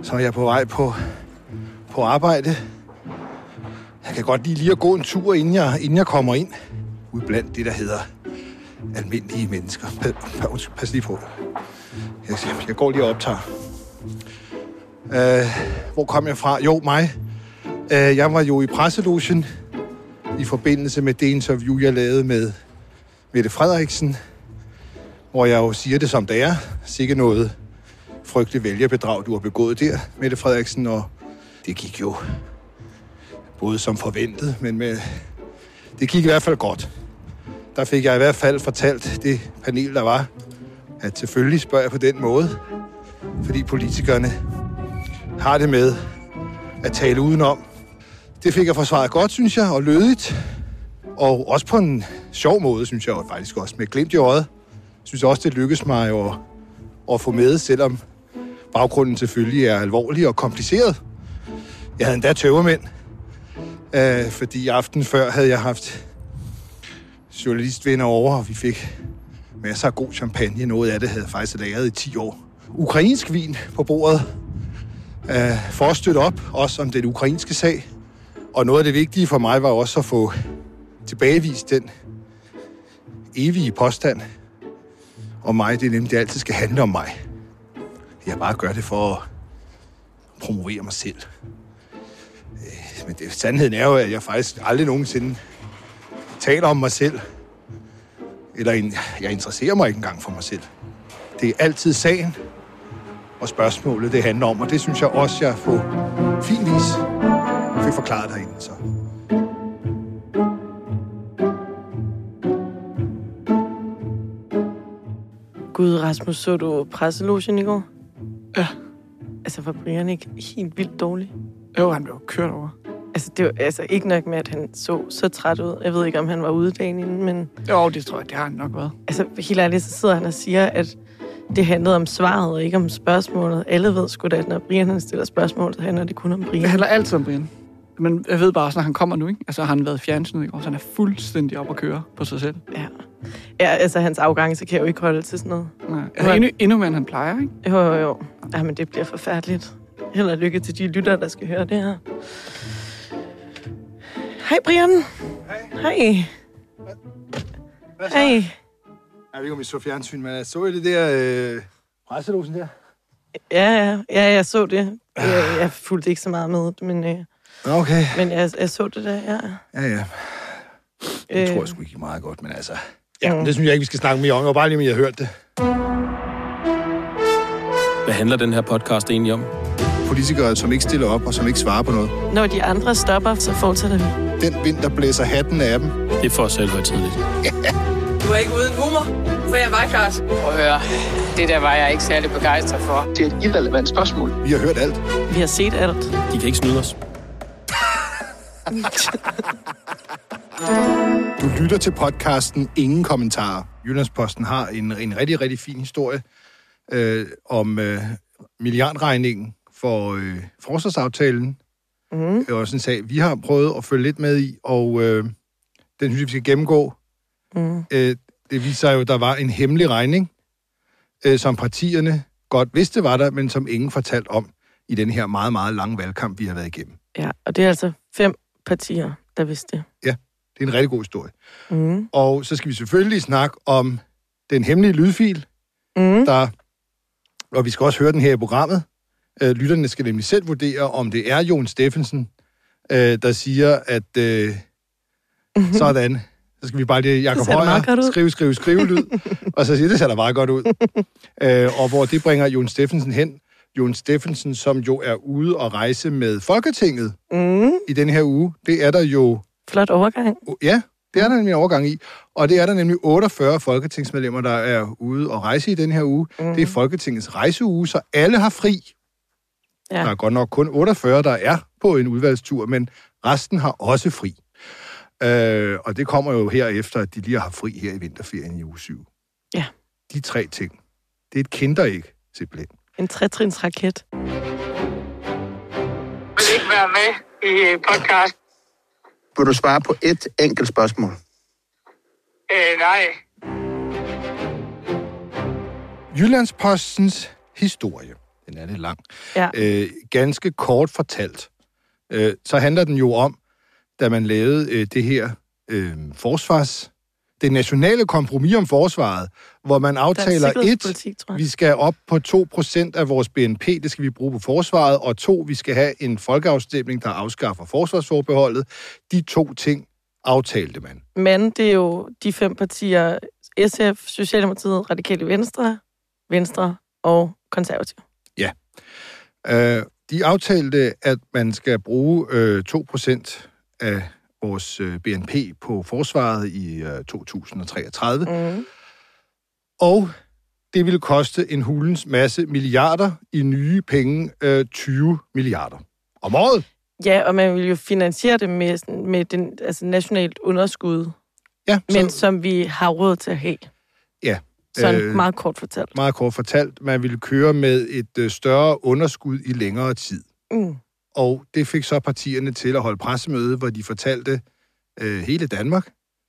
Så er jeg på vej på arbejde. Jeg kan godt lige at gå en tur, inden jeg kommer ind. Ude blandt det, der hedder almindelige mennesker. Pas lige på. Jeg går lige og optager. Hvor kom jeg fra? Jo, mig. Jeg var jo i presselogen i forbindelse med det interview, jeg lavede med Mette Frederiksen, hvor jeg jo siger det som det er. Sikke noget frygteligt vælgerbedrag, du har begået der, Mette Frederiksen, og det gik jo både som forventet, men det gik i hvert fald godt. Der fik jeg i hvert fald fortalt det panel, der var, at selvfølgelig spørger jeg på den måde, fordi politikerne har det med at tale udenom. Det fik jeg forsvaret godt, synes jeg, og lødigt. Og også på en sjov måde, synes jeg, og faktisk også med glimt i øjet. Synes jeg også, det lykkedes mig at få med, selvom baggrunden selvfølgelig er alvorlig og kompliceret. Jeg havde endda tøvermænd, fordi aften før havde jeg haft journalistvenner over, og vi fik masser af god champagne. Noget af det havde jeg faktisk lagret i 10 år. Ukrainsk vin på bordet for at støtte op, også om den ukrainske sag. Og noget af det vigtige for mig var også at få tilbagevist den evige påstand om mig. Det er nemlig, det altid skal handle om mig. Jeg bare gør det for at promovere mig selv. Men sandheden er jo, at jeg faktisk aldrig nogensinde taler om mig selv. Eller jeg interesserer mig ikke engang for mig selv. Det er altid sagen og spørgsmålet, det handler om. Og det synes jeg også, jeg på fin vis fik forklaret derinde. Så. Gud, Rasmus, så du presselogen i går? Ja. Altså, var Brian ikke helt vildt dårlig? Jo, han blev kørt over. Altså, det var altså ikke nok med, at han så træt ud. Jeg ved ikke, om han var ude dagen inden, men... Jo, det tror jeg, det har han nok været. Altså, helt ærligt, så sidder han og siger, at det handlede om svaret, og ikke om spørgsmålet. Alle ved sgu da, at når Brian han stiller spørgsmål, så handler det kun om Brian. Det handler altid om Brian. Men jeg ved bare også, når han kommer nu, ikke? Altså, har han været i fjernsynet i går, så han er fuldstændig op at køre på sig selv. Ja, altså, hans afgangse kan jo ikke holde til sådan noget. Nej. Altså, endnu mere, end han plejer, ikke? Jo. Ja, men det bliver forfærdeligt. Held og lykke til de lyttere, der skal høre det her. Hej, Brian. Hej. Hej. Jeg ved ikke, om I så fjernsyn, men så I det der presselogen der? Ja, jeg så det. Jeg fulgte ikke så meget med det, men... Okay. Men jeg så det der, ja. Ja. Det tror jeg sgu ikke meget godt, men altså... Ja, det synes jeg ikke, vi skal snakke mere om. Og bare lige, om I har hørt det. Hvad handler den her podcast egentlig om? Politikere, som ikke stiller op og som ikke svarer på noget. Når de andre stopper, så fortsætter vi. Den vind, der blæser hatten af dem. Det er for os selv højtidligt. Ja. Du er ikke uden humor, for jeg var klart. Prøv at høre, det der var jeg ikke særlig begejstret for. Det er et irrelevant spørgsmål. Vi har hørt alt. Vi har set alt. De kan ikke snyde os. Du lytter til podcasten Ingen Kommentarer. Jyllandsposten har en rigtig, rigtig fin historie om milliardregningen for forsvarsaftalen. Det er også en sag, vi har prøvet at følge lidt med i, og den synes vi skal gennemgå. Det viser jo, at der var en hemmelig regning, som partierne godt vidste var der, men som ingen fortalte om i den her meget, meget lange valgkamp, vi har været igennem. Ja, og det er altså 5 partier, der vidste det. Ja, det er en rigtig god historie. Og så skal vi selvfølgelig snakke om den hemmelige lydfil, og vi skal også høre den her i programmet. Lytterne skal nemlig selv vurdere, om det er Jon Steffensen, der siger, at sådan, så skal vi bare lige Jakob Højer, skrive lyd, og så siger det ser da meget godt ud. Og hvor det bringer Jon Steffensen hen. Jon Steffensen, som jo er ude og rejse med Folketinget i den her uge. Det er der jo... Flot overgang. Ja, det er der nemlig en overgang i. Og det er der nemlig 48 folketingsmedlemmer, der er ude og rejse i den her uge. Det er Folketingets rejseuge, så alle har fri. Ja. Der er godt nok kun 48, der er på en udvalgstur, men resten har også fri. Og det kommer jo herefter, at de lige har fri her i vinterferien i uge 7. Ja. De 3 ting. Det er et kinderæg, simpelthen. En 3-trins raket. Vil ikke være med i podcast? Vil du svare på et enkelt spørgsmål? Nej. Jyllandspostens historie. Den er lidt lang. Ja. Ganske kort fortalt, så handler den jo om, da man lavede det her det nationale kompromis om forsvaret, hvor man aftaler vi skal op på 2% af vores BNP, det skal vi bruge på forsvaret, og 2, vi skal have en folkeafstemning, der afskaffer forsvarsforbeholdet. De 2 ting aftalte man. Men det er jo de 5 partier, SF, Socialdemokratiet, Radikale Venstre og Konservative. Ja. De aftalte, at man skal bruge 2% af vores BNP på forsvaret i 2033. Mm. Og det ville koste en hulens masse milliarder i nye penge, 20 milliarder om året. Ja, og man vil jo finansiere det med den nationalt underskud, men som vi har råd til at have. Ja. Sådan meget kort fortalt. Meget kort fortalt. Man ville køre med et større underskud i længere tid. Mm. Og det fik så partierne til at holde pressemøde, hvor de fortalte hele Danmark,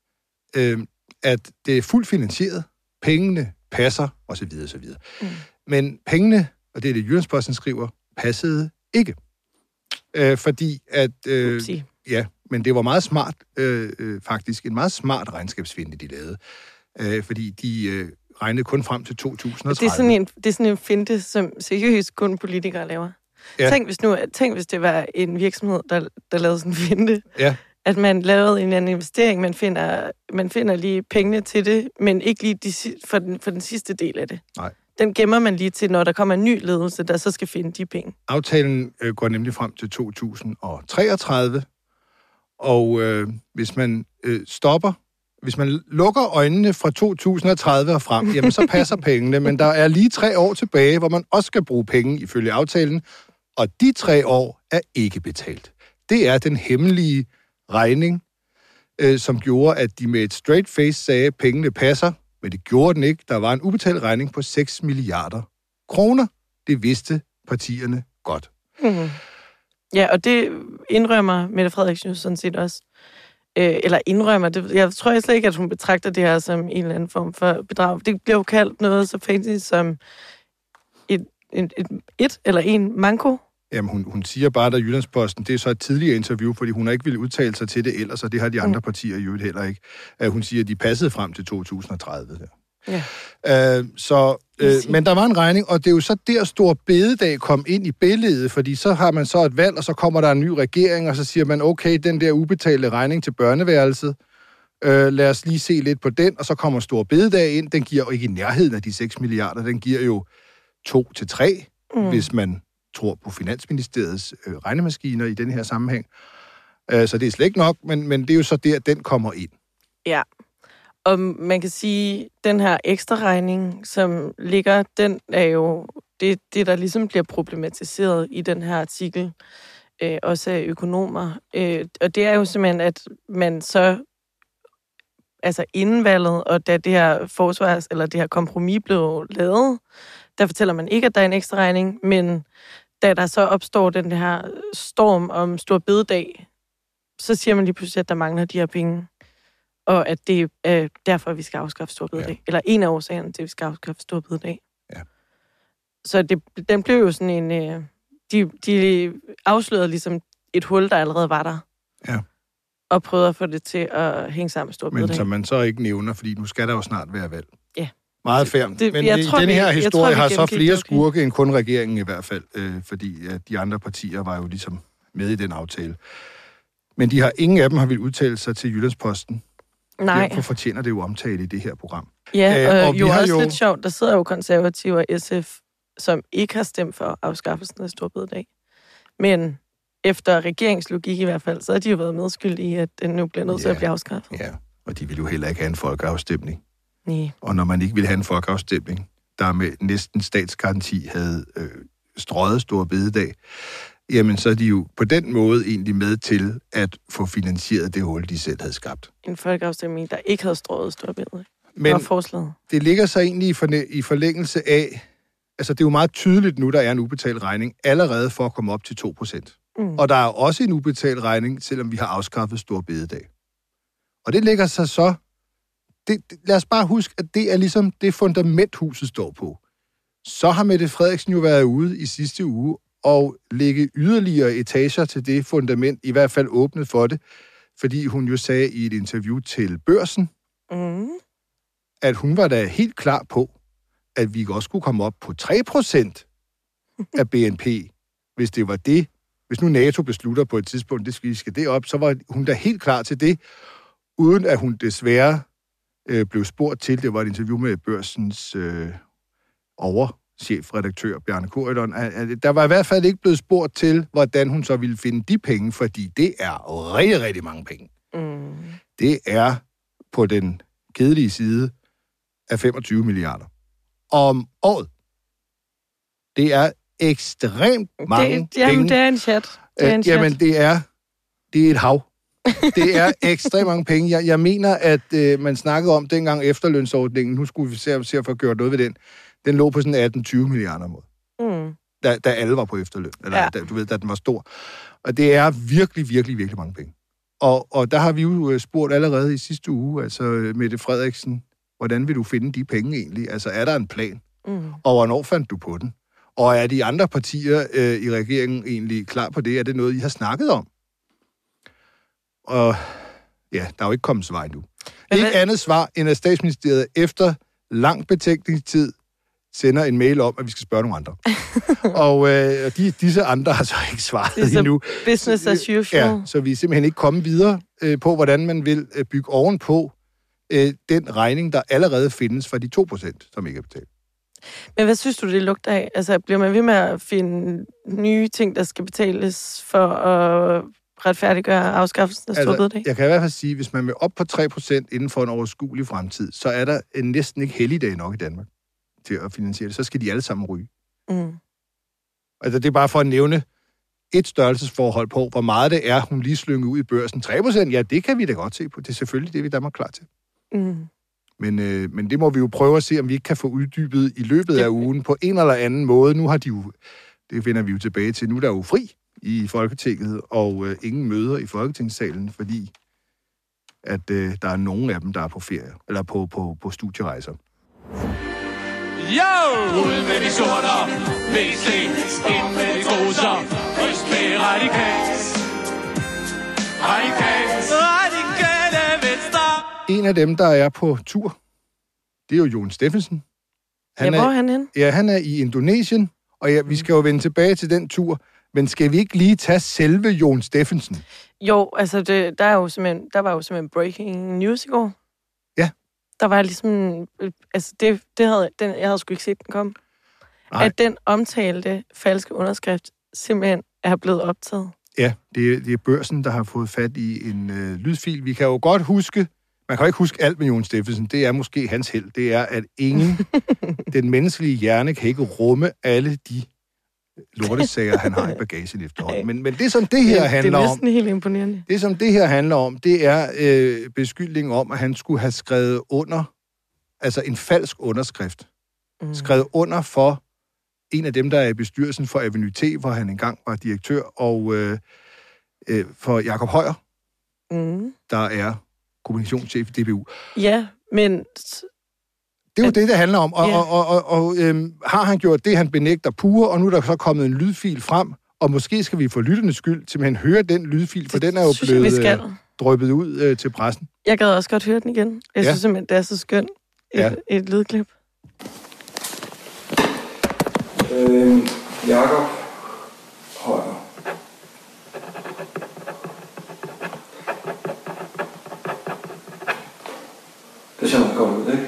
at det er fuldt finansieret, pengene passer, osv. osv. Mm. Men pengene, og det er det Jyllands-Posten skriver, passede ikke. Fordi at... ja, men det var meget smart, faktisk en meget smart regnskabsfinte, de lavede. Fordi de regnede kun frem til 2030. Det er sådan en finte, som seriøst kun politikere laver. Ja. Tænk, hvis det var en virksomhed, der lavede sådan en finte. Ja. At man lavede en anden investering, man finder lige pengene til det, men ikke lige for den sidste del af det. Nej. Den gemmer man lige til, når der kommer en ny ledelse, der så skal finde de penge. Aftalen går nemlig frem til 2033, og hvis man hvis man lukker øjnene fra 2030 og frem, jamen så passer pengene, men der er lige 3 år tilbage, hvor man også skal bruge penge ifølge aftalen, og de 3 år er ikke betalt. Det er den hemmelige regning, som gjorde, at de med et straight face sagde, at pengene passer, men det gjorde den ikke. Der var en ubetalt regning på 6 milliarder kroner. Det vidste partierne godt. Mm-hmm. Ja, og det indrømmer Mette Frederiksen jo sådan set også. Eller indrømmer det. Jeg tror slet ikke, at hun betragter det her som en eller anden form for bedrag. Det bliver jo kaldt noget så fancy som et eller en manko. Jamen, hun siger bare, at Jyllands-Posten, det er så et tidligere interview, fordi hun har ikke ville udtale sig til det ellers, og det har de andre partier jo heller ikke. Hun siger, at de passede frem til 2030. Ja. Men der var en regning, og det er jo så der Store Bededag kom ind i billedet, fordi så har man så et valg, og så kommer der en ny regering, og så siger man, okay, den der ubetalte regning til børneværelset, lad os lige se lidt på den, og så kommer Store Bededag ind, den giver jo ikke i nærheden af de 6 milliarder, den giver jo 2-3, hvis man tror på Finansministeriets regnemaskiner i den her sammenhæng. Så det er slet ikke nok, men det er jo så der, den kommer ind. Ja, og man kan sige, den her ekstra regning, som ligger, den er jo det, der ligesom bliver problematiseret i den her artikel, også af økonomer. Og det er jo simpelthen, at man så, altså inden valget, og da det her forsvars, eller det her kompromis blev lavet, der fortæller man ikke, at der er en ekstra regning, men da der så opstår den her storm om Store Bededag, så siger man lige pludselig, at der mangler de her penge, og at det er derfor, vi skal afskaffe Store Bededag. Ja. Eller en af årsagerne til, at vi skal afskaffe Store Bededag. Ja. Så den blev jo sådan en... De afslørede ligesom et hul, der allerede var der. Ja. Og prøvede at få det til at hænge sammen med Store Bededag. Men som man så ikke nævner, fordi nu skal der jo snart være valg. Ja. Meget færmt. Men denne her historie har så flere skurke end kun regeringen i hvert fald, fordi de andre partier var jo ligesom med i den aftale. Men ingen af dem har vil udtale sig til Jyllands-Posten. Nej. Derfor fortjener det jo omtale i det her program. Ja, og jo også lidt sjovt, der sidder jo Konservative og SF, som ikke har stemt for afskaffelsen af Store Bededag. Men efter regeringslogik i hvert fald, så har de jo været medskyldige i, at den nu bliver nødt til at blive afskaffet. Ja, og de vil jo heller ikke have en folkeafstemning. Nej. Og når man ikke vil have en folkeafstemning, der med næsten statsgaranti havde strøget Store Bededag, jamen så er de jo på den måde egentlig med til at få finansieret det hul, de selv havde skabt. En folkeafstemning, der ikke havde strøget Store Bededag. Men det ligger så egentlig i forlængelse af, altså det er jo meget tydeligt nu, der er en ubetalt regning allerede for at komme op til 2%. Mm. Og der er også en ubetalt regning, selvom vi har afskaffet Store Bededag. Og det ligger sig så... lad os bare huske, at det er ligesom det fundament, huset står på. så har Mette Frederiksen jo været ude i sidste uge og lægge yderligere etager til det fundament, i hvert fald åbnet for det, fordi hun jo sagde i et interview til Børsen, at hun var da helt klar på, at vi også skulle komme op på 3% af BNP, hvis det var det. Hvis nu NATO beslutter på et tidspunkt, at vi skal det op, så var hun da helt klar til det, uden at hun desværre blev spurgt til. Det var et interview med Børsens chefredaktør Bjarne Corydon. Der var i hvert fald ikke blevet spurgt til, hvordan hun så ville finde de penge, fordi det er rigtig, rigtig mange penge. Det er på den kedelige side af 25 milliarder om året. Det er ekstremt mange penge. Jamen, det er en chat. Det er et hav. Det er ekstremt mange penge. Jeg mener, at man snakkede om dengang efterlønsordningen, nu skulle vi se at få gjort noget ved den. Den lå på sådan 18-20 milliarder om året. Da alle var på efterløn. Eller, da den var stor. Og det er virkelig, virkelig, virkelig mange penge. Og der har vi jo spurgt allerede i sidste uge, altså Mette Frederiksen, hvordan vil du finde de penge egentlig? Altså, er der en plan? Og hvornår fandt du på den? Og er de andre partier i regeringen egentlig klar på det? Er det noget, I har snakket om? Og ja, der er jo ikke kommet svar endnu. Ikke andet svar, end at Statsministeriet efter lang betænkningstid sender en mail om, at vi skal spørge nogle andre. Og disse andre har så ikke svaret endnu. Business as usual. Ja, så vi er simpelthen ikke kommet videre på, hvordan man vil bygge ovenpå den regning, der allerede findes for de 2%, som ikke er betalt. Men hvad synes du, det lugter af? Altså, bliver man ved med at finde nye ting, der skal betales for at retfærdiggøre afskaffelsen af store bededag? Jeg kan i hvert fald sige, at hvis man vil op på 3% inden for en overskuelig fremtid, så er der næsten ikke helligdag nok i Danmark til at finansiere det. Så skal de alle sammen ryge. Altså, det er bare for at nævne et størrelsesforhold på, hvor meget det er, hun lige slynger ud i Børsen. 3%, ja, det kan vi da godt se på. Det er selvfølgelig det, vi i Danmark klar til. Men det må vi jo prøve at se, om vi ikke kan få uddybet i løbet af ugen på en eller anden måde. Nu har de jo, det vender vi jo tilbage til, nu er der jo fri i Folketinget, og ingen møder i Folketingssalen, fordi at der er nogen af dem, der er på ferie, eller på studierejser. Yo! Ud med de sorter, VC, ind med de goser, ryst med radikale venstre. En af dem, der er på tur, det er jo Jon Steffensen. Hvor er han henne? Ja, han er i Indonesien, og ja, vi skal jo vende tilbage til den tur, men skal vi ikke lige tage selve Jon Steffensen? Jo, altså der var jo simpelthen breaking news i går. Ja. Der var ligesom, altså jeg havde sgu ikke set den komme. Nej. At den omtalte falske underskrift simpelthen er blevet optaget. Ja, det er Børsen, der har fået fat i en lydfil. Vi kan jo godt huske, man kan jo ikke huske alt med Jon Steffensen, det er måske hans held. Det er, at den menneskelige hjerne kan ikke rumme alle de lortesager, han har i bagagen efterhånden. Men det, som det her handler om... Det er næsten helt imponerende. Det, som det her handler om, det er beskyldningen om, at han skulle have skrevet under, altså en falsk underskrift. Skrevet under for en af dem, der er i bestyrelsen for Avenue T, hvor han engang var direktør, og for Jakob Højer, der er kommunikationschef i DBU. Ja, men... Det er jo det handler om, og har han gjort det, han benægter pure, og nu er der så kommet en lydfil frem, og måske skal vi for lytternes skyld simpelthen høre den lydfil, for den er jo blevet dryppet ud til pressen. Jeg gad også godt høre den igen. Jeg synes simpelthen, det er så skønt. Et lydklip. Jakob Højer. Det ser meget godt ud, ikke?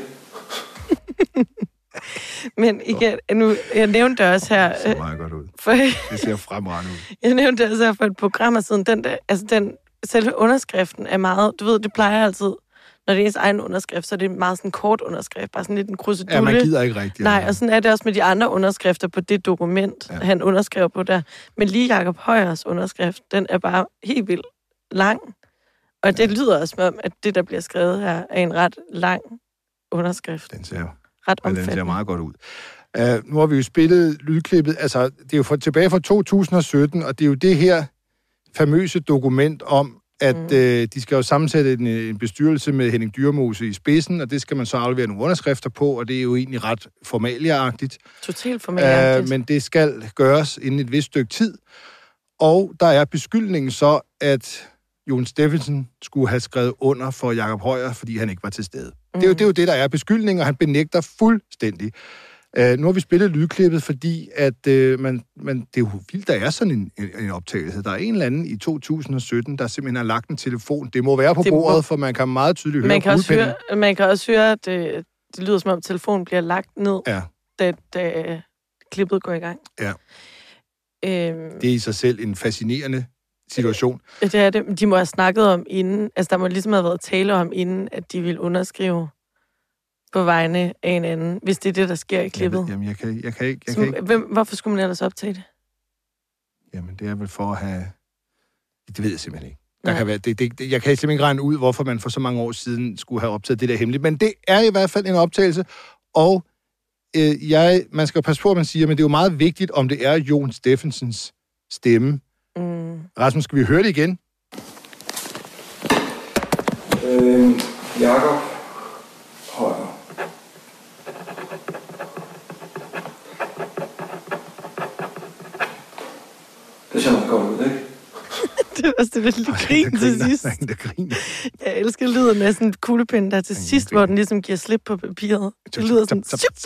Men igen, jeg nævnte det også her... Det ser meget godt ud. Det ser fremragende ud. Jeg nævnte det også her for et program siden. Selve underskriften er meget... Du ved, det plejer altid... Når det er ens egen underskrift, så er det meget sådan en kort underskrift. Bare sådan lidt en krusedulle. Ja, man gider ikke rigtigt. Nej, og sådan er det også med de andre underskrifter på det dokument, han underskrev på der. Men lige Jakob Højers underskrift, den er bare helt vildt lang. Og det lyder også som om, at det, der bliver skrevet her, er en ret lang underskrift. Den ser ret omfattende. Den ser meget godt ud. Nu har vi jo spillet lydklippet. Altså, det er jo tilbage fra 2017, og det er jo det her famøse dokument om, at de skal jo sammensætte en bestyrelse med Henning Dyrmose i spidsen, og det skal man så aflevere nogle underskrifter på, og det er jo egentlig ret formalieagtigt. Totalt formalieagtigt. Men det skal gøres inden et vist stykke tid. Og der er beskyldningen så, at Jon Stephensen skulle have skrevet under for Jakob Højer, fordi han ikke var til stede. Det er jo det, der er beskyldningen, og han benægter fuldstændig. Nu har vi spillet lydklippet, fordi at, det er jo vildt, der er sådan en optagelse. Der er en eller anden i 2017, der simpelthen har lagt en telefon. Det må være på bordet, for man kan meget tydeligt høre kuglepinden. Man kan også høre, at det lyder som om telefonen bliver lagt ned, da klippet går i gang. Ja. Det er i sig selv en fascinerende situation. Det er det. De må have snakket om inden, altså der må ligesom have været tale om inden, at de vil underskrive på vegne af en anden, hvis det er det, der sker i klippet. Jamen, jeg kan ikke. Hvorfor skulle man ellers optage det? Jamen, det er vel for at have... Det ved jeg simpelthen ikke. Der kan være, jeg kan simpelthen ikke regne ud, hvorfor man for så mange år siden skulle have optaget det der hemmeligt. Men det er i hvert fald en optagelse, og man skal passe på, at man siger, men det er jo meget vigtigt, om det er Jon Stephensens stemme. Rasmus, skal vi høre det igen? Jakob Højer. Det ser man godt ud, ikke? Det var også det lille grin til sidst. Jeg elsker lyden af sådan en kuglepind, der til sidst, hvor den ligesom giver slip på papiret. Det lyder sådan...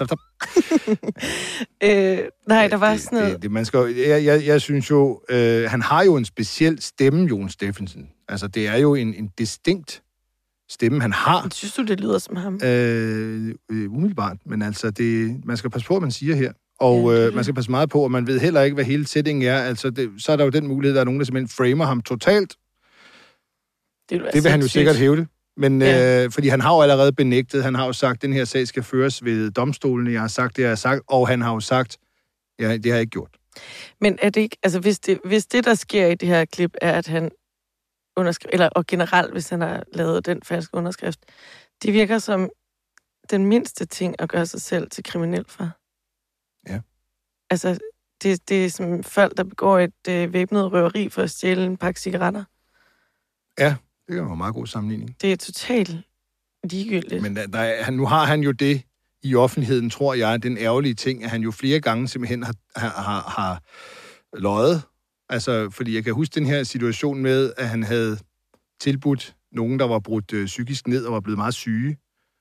Nej, der var sådan noget... Jeg synes jo, han har jo en speciel stemme, Jon Stephensen. Altså, det er jo en distinkt stemme, han har. Synes du, det lyder som ham? Umiddelbart, men altså, man skal passe på, hvad man siger her. Og man skal passe meget på, og man ved heller ikke, hvad hele settingen er. Altså, så er der jo den mulighed, der er nogen, der simpelthen framer ham totalt. Det vil han jo sikkert hævde. Men fordi han har jo allerede benægtet, han har jo sagt, at den her sag skal føres ved domstolene. Jeg har sagt det, jeg har sagt, og han har jo sagt, det har jeg ikke gjort. Men er det ikke, altså hvis det, der sker i det her klip, er, at han underskriver, og generelt, hvis han har lavet den falske underskrift, det virker som den mindste ting at gøre sig selv til kriminel for. Ja. Altså, det er som folk, der begår et væbnet røveri for at stjæle en pakke cigaretter. Ja, det er jo en meget god sammenligning. Det er totalt ligegyldigt. Men nu har han jo det i offentligheden, tror jeg, den ærgerlige ting, at han jo flere gange simpelthen har løjet. Altså, fordi jeg kan huske den her situation med, at han havde tilbudt nogen, der var brudt psykisk ned og var blevet meget syge,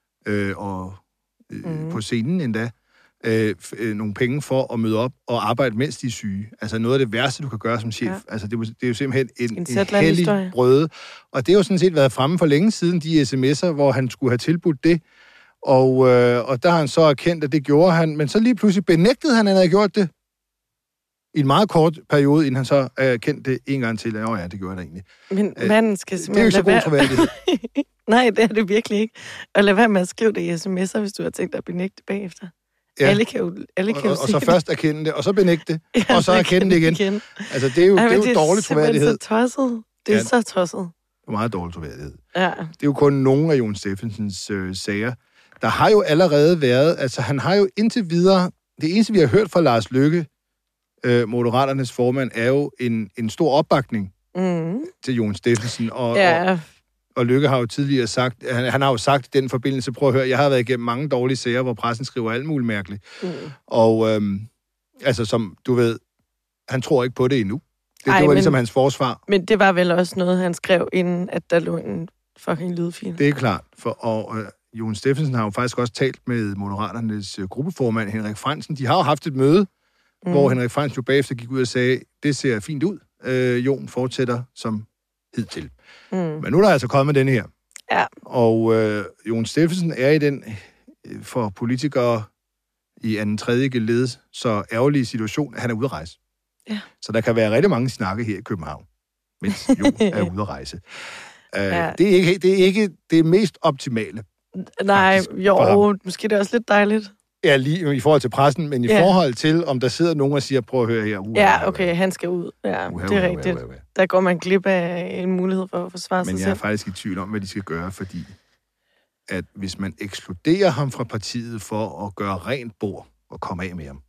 på scenen endda, nogle penge for at møde op og arbejde, mens de er syge. Altså noget af det værste, du kan gøre som chef. Ja. Altså det er jo simpelthen en hellig brøde. Og det har jo sådan set været fremme for længe siden, de sms'er, hvor han skulle have tilbudt det. Og der har han så erkendt, at det gjorde han. Men så lige pludselig benægtede han havde gjort det. I en meget kort periode, inden han så erkendte det en gang til. Ja, det gjorde han egentlig. Men manden skal det er jo ikke så god troværdighed. Nej, det er det virkelig ikke. Og lad være med at skrive det i sms'er, hvis du har tænkt dig at benægte bagefter. Ja. Alle kan jo og så først erkende det, og så benægte det, ja, og så erkende det igen. Altså, det er jo dårlig troværdighed. Det er så tosset. Det er så tosset. Det er meget dårlig troværdighed. Ja. Det er jo kun nogle af Jon Stephensens sager. Der har jo allerede været, altså han har jo indtil videre, det eneste vi har hørt fra Lars Løkke, Moderaternes formand, er jo en stor opbakning til Jon Stephensen. Og Løkke har jo tidligere sagt, han har jo sagt i den forbindelse, prøv at høre, jeg har været igennem mange dårlige sager, hvor pressen skriver alt muligt mærkeligt. Og altså som du ved, han tror ikke på det endnu. Det var ligesom hans forsvar. Men det var vel også noget, han skrev, inden at der lå en fucking lydfil. Det er klart, og Jon Stephensen har jo faktisk også talt med Moderaternes gruppeformand, Henrik Frandsen. De har jo haft et møde, hvor Henrik Frandsen jo bagefter gik ud og sagde, det ser fint ud. Jon fortsætter som hidtil. Men nu er der altså kommet denne her. Ja. Og Jon Stephensen er i den, for politikere i anden tredje led, så ærgerlige situation, at han er ude at rejse. Ja. Så der kan være rigtig mange snakke her i København, mens Jon er ude at rejse. Det er ikke det mest optimale. Nej, jo, måske det er også lidt dejligt. Ja, lige i forhold til pressen, men i forhold til, om der sidder nogen og siger, prøv at høre her. Ja, okay, han skal ud. Ja, det er rigtigt. Der går man glip af en mulighed for at forsvare sig selv. Men jeg er faktisk i tvivl om, hvad de skal gøre, fordi at hvis man ekskluderer ham fra partiet for at gøre rent bord og komme af med ham,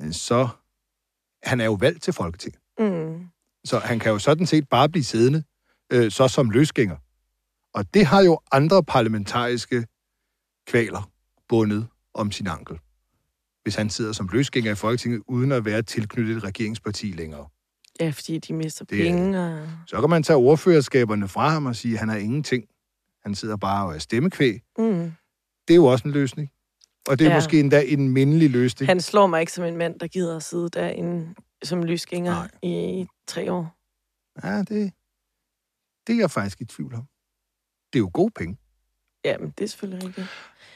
så han er jo valgt til Folketinget. Så han kan jo sådan set bare blive siddende. så som løsgænger. Og det har jo andre parlamentariske kvaler bundet om sin ankel, hvis han sidder som løsgænger i Folketinget, uden at være tilknyttet et regeringsparti længere. Ja, fordi de mister penge. Og... Så kan man tage ordførerskaberne fra ham og sige, at han har ingenting. Han sidder bare og er stemmekvæg. Mm. Det er jo også en løsning. Og det er måske endda en mindelig løsning. Han slår mig ikke som en mand, der gider at sidde derinde som løsgænger i 3 år. Ja, det er jeg faktisk i tvivl om. Det er jo gode penge. Jamen, det er selvfølgelig rigtigt.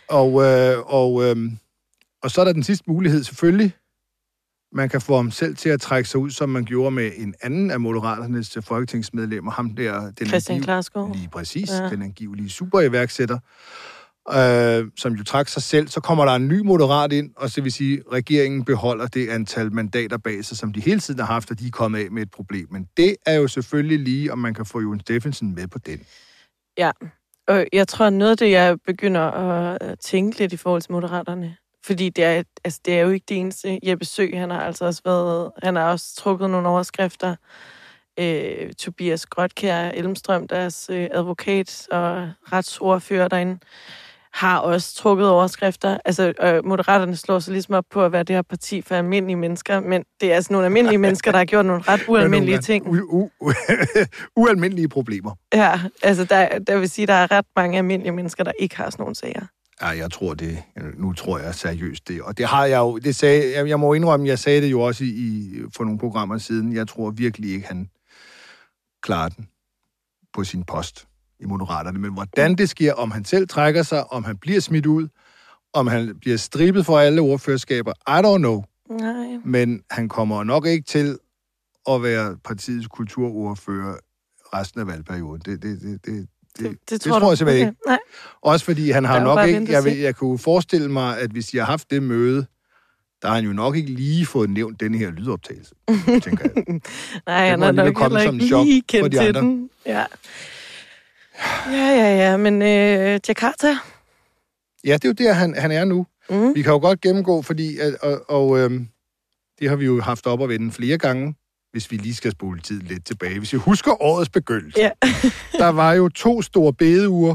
Og så er der den sidste mulighed, selvfølgelig. Man kan få ham selv til at trække sig ud, som man gjorde med en anden af Moderaternes folketingsmedlemmer. Ham der, Christian Klarskov. Lige præcis, den angivelige superiværksætter, som jo trak sig selv. Så kommer der en ny moderat ind, og så vil sige, at regeringen beholder det antal mandater bag sig, som de hele tiden har haft, og de er kommet af med et problem. Men det er jo selvfølgelig lige, om man kan få Jon Steffensen med på den. Ja, og jeg tror, noget af det, jeg begynder at tænke lidt i forhold til Moderaterne, fordi det er jo ikke det eneste. Jeppe Søe, han har også trukket nogle overskrifter. Tobias Grotkjær Elmstrøm, deres advokat og retsordfører derinde, har også trukket overskrifter. Altså, Moderaterne slår sig ligesom op på at være det her parti for almindelige mennesker, men det er altså nogle almindelige mennesker, der har gjort nogle ret ualmindelige ting. Ualmindelige problemer. Ja, altså der vil sige, der er ret mange almindelige mennesker, der ikke har sådan nogle sager. Ja, jeg tror det. Nu tror jeg seriøst det. Og det har jeg jo, jeg må indrømme, jeg sagde det jo også for nogle programmer siden. Jeg tror virkelig ikke, han klarer den på sin post i Moderaterne. Men hvordan det sker, om han selv trækker sig, om han bliver smidt ud, om han bliver strippet for alle ordførerskaber, I don't know. Nej. Men han kommer nok ikke til at være partiets kulturordfører resten af valgperioden. Det tror jeg simpelthen ikke. Nej. Også fordi han har nok ikke... Jeg kunne forestille mig, at hvis jeg har haft det møde, der har han jo nok ikke lige fået nævnt denne her lydoptagelse, tænker jeg. Nej, han har nok heller ikke lige kendt til den. Ja, men Jakarta? Ja, det er jo der, han er nu. Mm. Vi kan jo godt gennemgå, fordi... det har vi jo haft op at vende flere gange, hvis vi lige skal spole tiden lidt tilbage. Hvis vi husker årets begyndelse. Ja. Der var jo 2 store bedeuger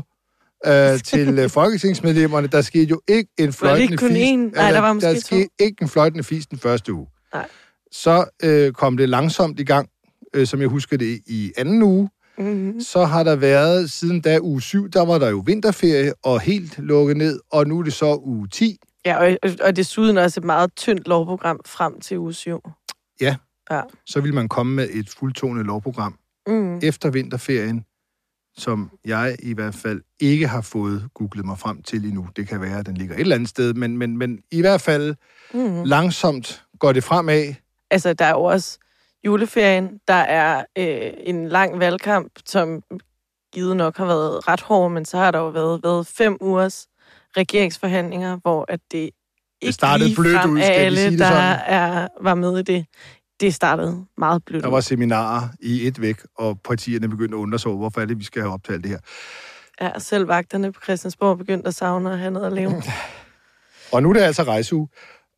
til folketingsmedlemmerne. Der skete jo ikke en fløjtende fis. Der skete ikke en fløjtende fis den første uge. Nej. Så kom det langsomt i gang, som jeg husker det, i anden uge. Mm-hmm. Så har der været, siden da uge 7, der var der jo vinterferie og helt lukket ned, og nu er det så uge 10. Ja, og desuden også et meget tyndt lovprogram frem til uge 7. Ja. Så vil man komme med et fuldtonet lovprogram efter vinterferien, som jeg i hvert fald ikke har fået googlet mig frem til endnu. Det kan være, at den ligger et eller andet sted, men i hvert fald langsomt går det fremad. Altså, der er jo også juleferien, der er en lang valgkamp, som givet nok har været ret hård, men så har der jo været 5 ugers regeringsforhandlinger, hvor at det ikke ligefrem af alle, der var med i det. Det startede meget blødt. Der var seminarer i et væk, og partierne begyndte at undre sig over, hvorfor er det, vi skal have optalt det her. Ja, selv vagterne på Christiansborg begyndte at savne at have noget at leve. Og nu er det altså rejseuge,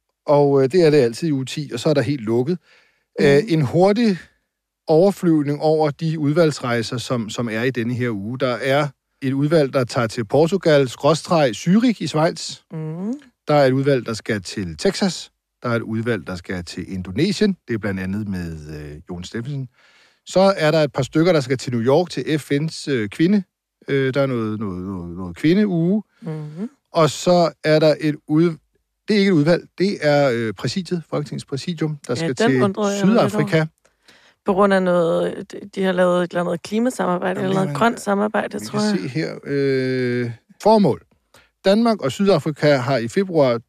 og det er det altid i uge 10, og så er der helt lukket. En hurtig overflyvning over de udvalgsrejser, som er i denne her uge. Der er et udvalg, der tager til Portugal, Zürich i Schweiz. Der er et udvalg, der skal til Texas. Der er et udvalg, der skal til Indonesien. Det er blandt andet med Jon Steffensen. Så er der et par stykker, der skal til New York til FN's kvinde. Der er noget kvindeuge. Mm-hmm. Og så er der et udvalg. Det er ikke et udvalg. Det er præsidiet, Folketingets præsidium, der skal til Sydafrika. På grund af noget, de har lavet et eller andet klimasamarbejde, eller noget grønt samarbejde, tror jeg. Vi kan se her. Formål. Danmark og Sydafrika har i februar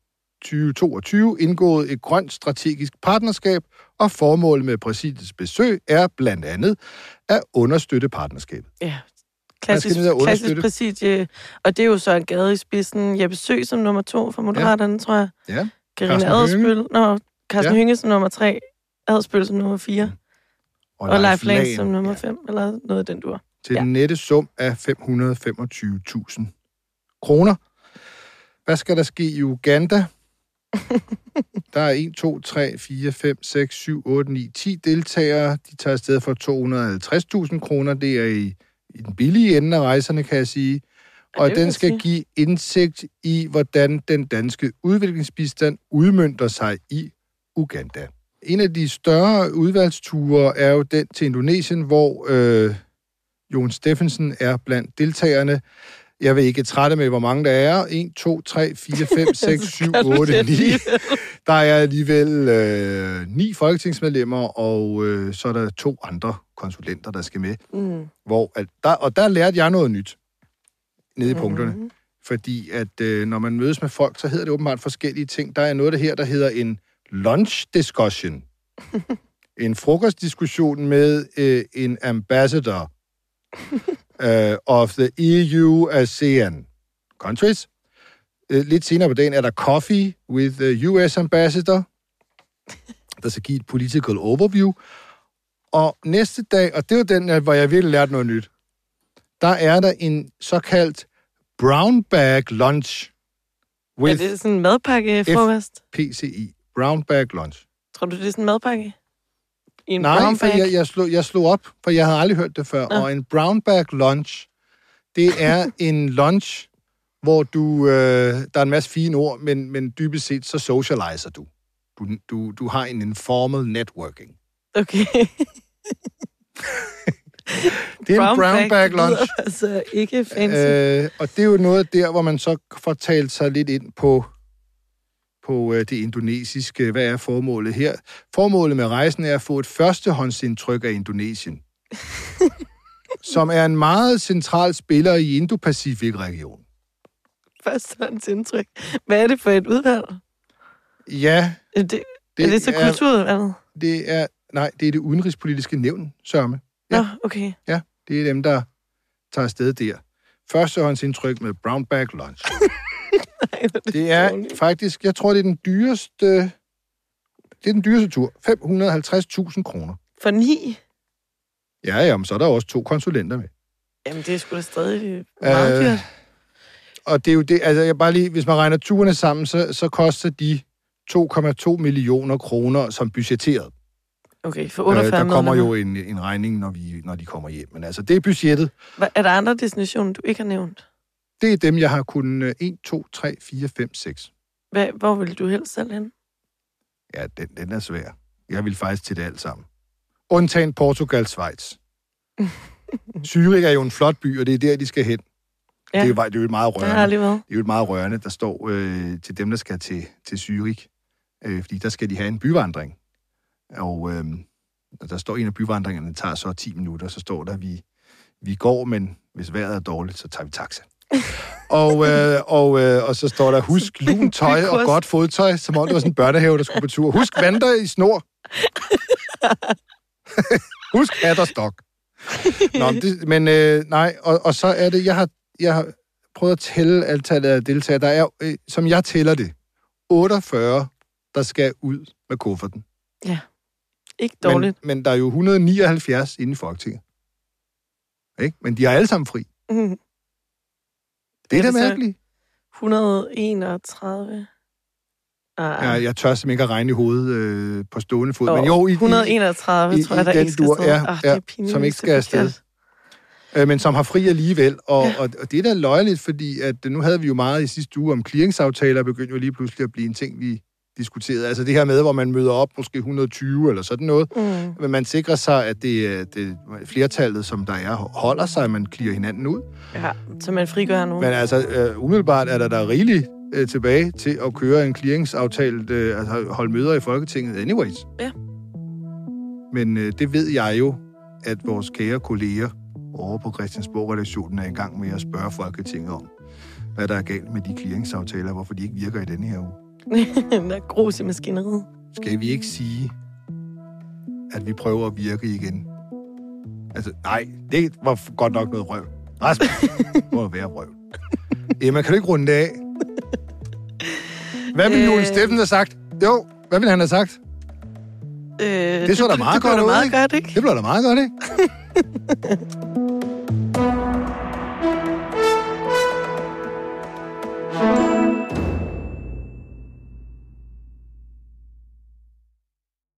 2022 indgået et grønt strategisk partnerskab, og formålet med præsidiets besøg er blandt andet at understøtte partnerskabet. Ja, klassisk præsidie, og det er jo så en gade i spidsen. Jeppe Søe som nummer 2 for Moderaterne, tror jeg. Ja. Carina Adelsbøl, Carsten Hønge som nummer 3, Adelsbøl som nummer 4, og Leif Lahn som nummer 5, eller noget af den dur. Til den nette sum af 525.000 kroner. Hvad skal der ske i Uganda? Der er 1, 2, 3, 4, 5, 6, 7, 8, 9, 10 deltagere. De tager afsted for 250.000 kroner. Det er i den billige ende af rejserne, kan jeg sige. Og den skal give indsigt i, hvordan den danske udviklingsbistand udmønter sig i Uganda. En af de større udvalgsture er jo den til Indonesien, hvor Jon Steffensen er blandt deltagerne. Jeg vil ikke trætte med, hvor mange der er. 1, 2, 3, 4, 5, 6, 7, 8, 9. Der er alligevel 9 folketingsmedlemmer, og så er der 2 andre konsulenter, der skal med. Og der lærte jeg noget nyt nede i punkterne. Fordi at når man mødes med folk, så hedder det åbenbart forskellige ting. Der er noget der her, der hedder en lunch discussion. En frokostdiskussion med en ambassador of the EU ASEAN countries. Lidt senere på dagen er der coffee with the US ambassador, der skal give et political overview. Og næste dag, og det var den, hvor jeg virkelig lærte noget nyt, der er der en såkaldt brown bag lunch. Er det sådan en madpakke-frokost? PCI. Brown bag lunch. Tror du, det er sådan en madpakke? Nej, for jeg slog op, for jeg havde aldrig hørt det før. Og en brown bag lunch, det er en lunch, hvor du, der er en masse fine ord, men dybest set så socialiser du. Du har en informal networking. Okay. Det er en brown bag lunch. Altså ikke fancy. Og det er jo noget der, hvor man så får talt sig lidt ind på det indonesiske. Hvad er formålet her? Formålet med rejsen er at få et førstehåndsindtryk af Indonesien, som er en meget central spiller i Indo-Pacifik-regionen. Førstehåndsindtryk? Hvad er det for et udvalg? Ja. Er det så kulturudvalget? Det er det udenrigspolitiske nævn, Sørme. Ja. Nå, okay. Ja, det er dem, der tager afsted der. Førstehåndsindtryk med brown bag lunch. Nej, det er faktisk, jeg tror, det er den dyreste tur. 550.000 kroner. For 9? Ja, men så er der også 2 konsulenter med. Jamen, det er sgu da stadig meget dyrt. Og det er jo det, altså jeg bare lige, hvis man regner turene sammen, så koster de 2,2 millioner kroner som budgetteret. Okay, for 48 der kommer jo en regning, når de kommer hjem. Men altså, det er budgettet. Er der andre destinationer, du ikke har nævnt? Det er dem, jeg har kunnet 1, 2, 3, 4, 5, 6. Hvor vil du helst selv hen? Ja, den er svær. Jeg vil faktisk til det alt sammen. Undtagen Portugal, Schweiz. Zürich er jo en flot by, og det er der, de skal hen. Ja. Det er jo et meget rørende. Det er jo et meget rørende, der står til dem, der skal til Zürich. Fordi der skal de have en byvandring. Og der står en af byvandringerne, der tager så 10 minutter, så står der, vi går, men hvis vejret er dårligt, så tager vi taxa. og så står der, husk lunt tøj og godt fodtøj, som om det var sådan en børnehave, der skulle på tur. Husk vandre i snor. Husk hat og stok. Og så er det, jeg har prøvet at tælle antallet af deltagere. Der er, som jeg tæller det, 48, der skal ud med kufferten. Ja, ikke dårligt. Men der er jo 179 inde i Folketinget. Ikke? Men de har alle sammen fri. Mm. Det er da mærkeligt. 131. Ja, jeg tør simpelthen ikke at regne i hovedet på stående fod. Men jo, 131, tror jeg, der ikke skal afsted. Som ikke skal afsted. Men som har fri alligevel. Og det er da løjeligt, fordi at nu havde vi jo meget i sidste uge om clearingsaftaler, begyndte jo lige pludselig at blive en ting, vi diskuterede. Altså det her med, hvor man møder op måske 120 eller sådan noget. Mm. Men man sikrer sig, at det flertallet, som der er, holder sig, at man clearer hinanden ud. Ja, så man frigør nu. Men altså, umiddelbart er der rigeligt tilbage til at køre en clearingsaftale, altså holde møder i Folketinget anyways. Ja. Men det ved jeg jo, at vores kære kolleger over på Christiansborg-redaktionen er i gang med at spørge Folketinget om, hvad der er galt med de clearingsaftaler, hvorfor de ikke virker i denne her uge. Der er grus i maskineriet. Skal vi ikke sige, at vi prøver at virke igen? Altså, nej, det var godt nok noget røv. Rasmus, må være røv. Emma, kan du ikke runde det af? Hvad ville Jon Steffensen have sagt? Jo, hvad ville han have sagt? Det så da meget godt ud, ikke? Godt, ikke? Det blev da meget godt, ikke?